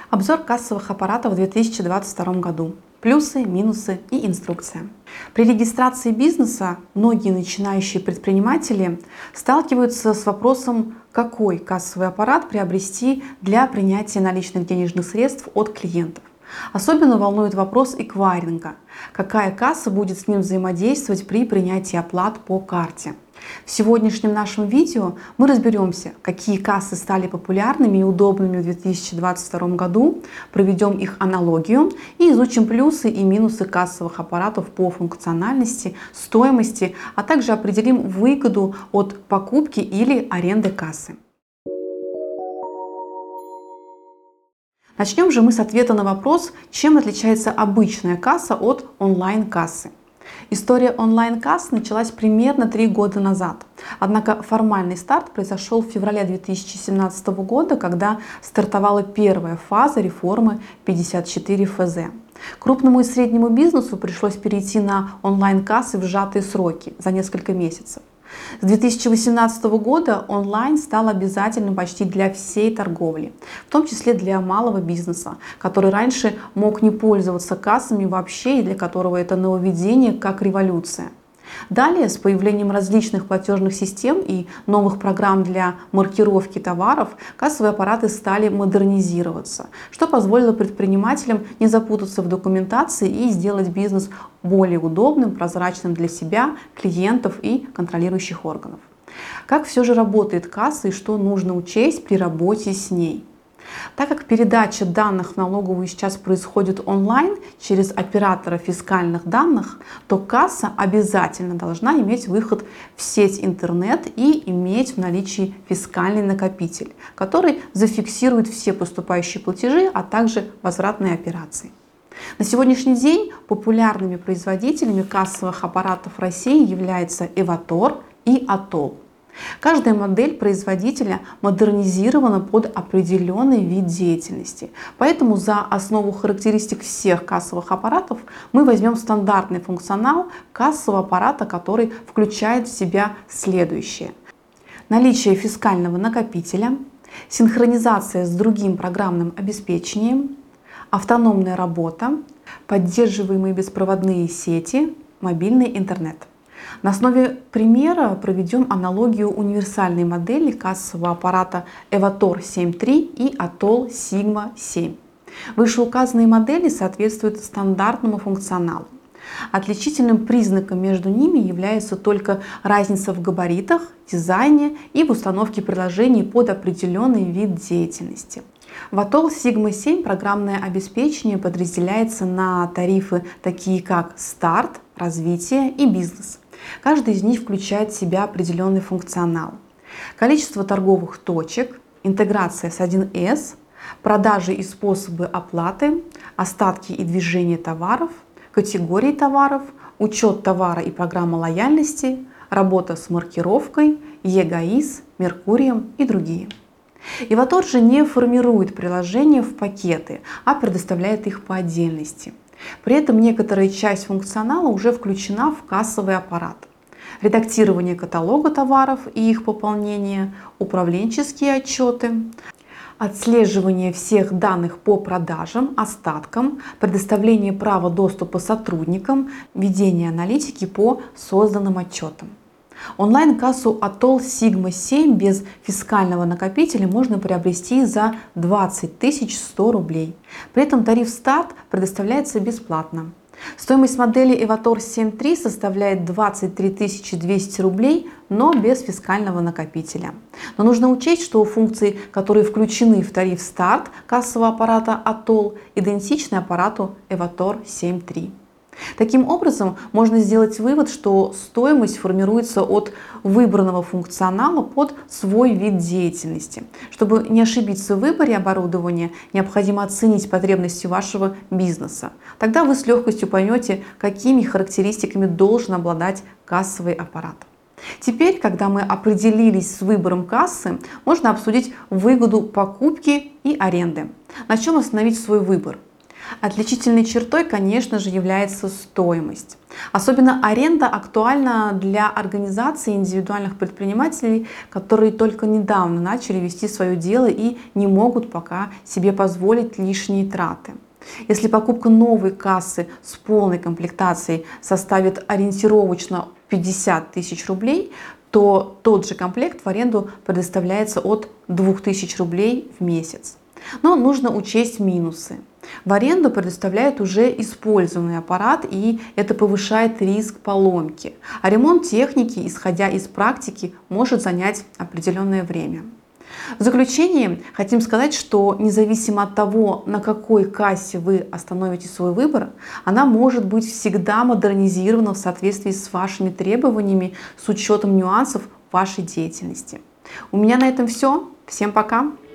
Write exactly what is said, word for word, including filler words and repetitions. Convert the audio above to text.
Обзор кассовых аппаратов в две тысячи двадцать втором году. Плюсы, минусы и инструкция. При регистрации бизнеса многие начинающие предприниматели сталкиваются с вопросом, какой кассовый аппарат приобрести для принятия наличных денежных средств от клиентов. Особенно волнует вопрос эквайринга. Какая касса будет с ним взаимодействовать при принятии оплат по карте? В сегодняшнем нашем видео мы разберемся, какие кассы стали популярными и удобными в две тысячи двадцать втором году, проведем их аналогию и изучим плюсы и минусы кассовых аппаратов по функциональности, стоимости, а также определим выгоду от покупки или аренды кассы. Начнем же мы с ответа на вопрос, чем отличается обычная касса от онлайн-кассы. История онлайн-касс началась примерно три года назад. Однако формальный старт произошел в феврале две тысячи семнадцатого года, когда стартовала первая фаза реформы пятьдесят четыре эф зэ. Крупному и среднему бизнесу пришлось перейти на онлайн-кассы в сжатые сроки за несколько месяцев. С две тысячи восемнадцатого года онлайн стал обязательным почти для всей торговли, в том числе для малого бизнеса, который раньше мог не пользоваться кассами вообще и для которого это нововведение как революция. Далее, с появлением различных платежных систем и новых программ для маркировки товаров, кассовые аппараты стали модернизироваться, что позволило предпринимателям не запутаться в документации и сделать бизнес более удобным, прозрачным для себя, клиентов и контролирующих органов. Как все же работает касса и что нужно учесть при работе с ней? Так как передача данных в налоговую сейчас происходит онлайн через оператора фискальных данных, то касса обязательно должна иметь выход в сеть интернет и иметь в наличии фискальный накопитель, который зафиксирует все поступающие платежи, а также возвратные операции. На сегодняшний день популярными производителями кассовых аппаратов России являются Эватор и Атолл. Каждая модель производителя модернизирована под определенный вид деятельности. Поэтому за основу характеристик всех кассовых аппаратов мы возьмем стандартный функционал кассового аппарата, который включает в себя следующее: наличие фискального накопителя, синхронизация с другим программным обеспечением, автономная работа, поддерживаемые беспроводные сети, мобильный интернет. На основе примера проведем аналогию универсальной модели кассового аппарата Эватор семь три и Атолл Сигма семь. Вышеуказанные модели соответствуют стандартному функционалу. Отличительным признаком между ними является только разница в габаритах, дизайне и в установке приложений под определенный вид деятельности. В Атолл Сигма семь программное обеспечение подразделяется на тарифы, такие как «Старт», «Развитие» и «Бизнес». Каждый из них включает в себя определенный функционал. Количество торговых точек, интеграция с один эс, продажи и способы оплаты, остатки и движение товаров, категории товаров, учет товара и программа лояльности, работа с маркировкой, ЕГАИС, Меркурием и другие. Эватор же не формирует приложения в пакеты, а предоставляет их по отдельности. При этом некоторая часть функционала уже включена в кассовый аппарат. Редактирование каталога товаров и их пополнение, управленческие отчеты, отслеживание всех данных по продажам, остаткам, предоставление права доступа сотрудникам, ведение аналитики по созданным отчетам. Онлайн-кассу Атолл Сигма семь без фискального накопителя можно приобрести за двадцать тысяч сто рублей. При этом тариф «Старт» предоставляется бесплатно. Стоимость модели Эватор семь три составляет двадцать три тысячи двести рублей, но без фискального накопителя. Но нужно учесть, что функции, которые включены в тариф «Старт» кассового аппарата Атолл, идентичны аппарату Эватор семь три. Таким образом, можно сделать вывод, что стоимость формируется от выбранного функционала под свой вид деятельности. Чтобы не ошибиться в выборе оборудования, необходимо оценить потребности вашего бизнеса. Тогда вы с легкостью поймете, какими характеристиками должен обладать кассовый аппарат. Теперь, когда мы определились с выбором кассы, можно обсудить выгоду покупки и аренды. На чем остановить свой выбор? Отличительной чертой, конечно же, является стоимость. Особенно аренда актуальна для организаций и индивидуальных предпринимателей, которые только недавно начали вести свое дело и не могут пока себе позволить лишние траты. Если покупка новой кассы с полной комплектацией составит ориентировочно пятьдесят тысяч рублей, то тот же комплект в аренду предоставляется от двух тысяч рублей в месяц. Но нужно учесть минусы. В аренду предоставляют уже использованный аппарат, и это повышает риск поломки. А ремонт техники, исходя из практики, может занять определенное время. В заключение хотим сказать, что независимо от того, на какой кассе вы остановите свой выбор, она может быть всегда модернизирована в соответствии с вашими требованиями, с учетом нюансов вашей деятельности. У меня на этом все. Всем пока!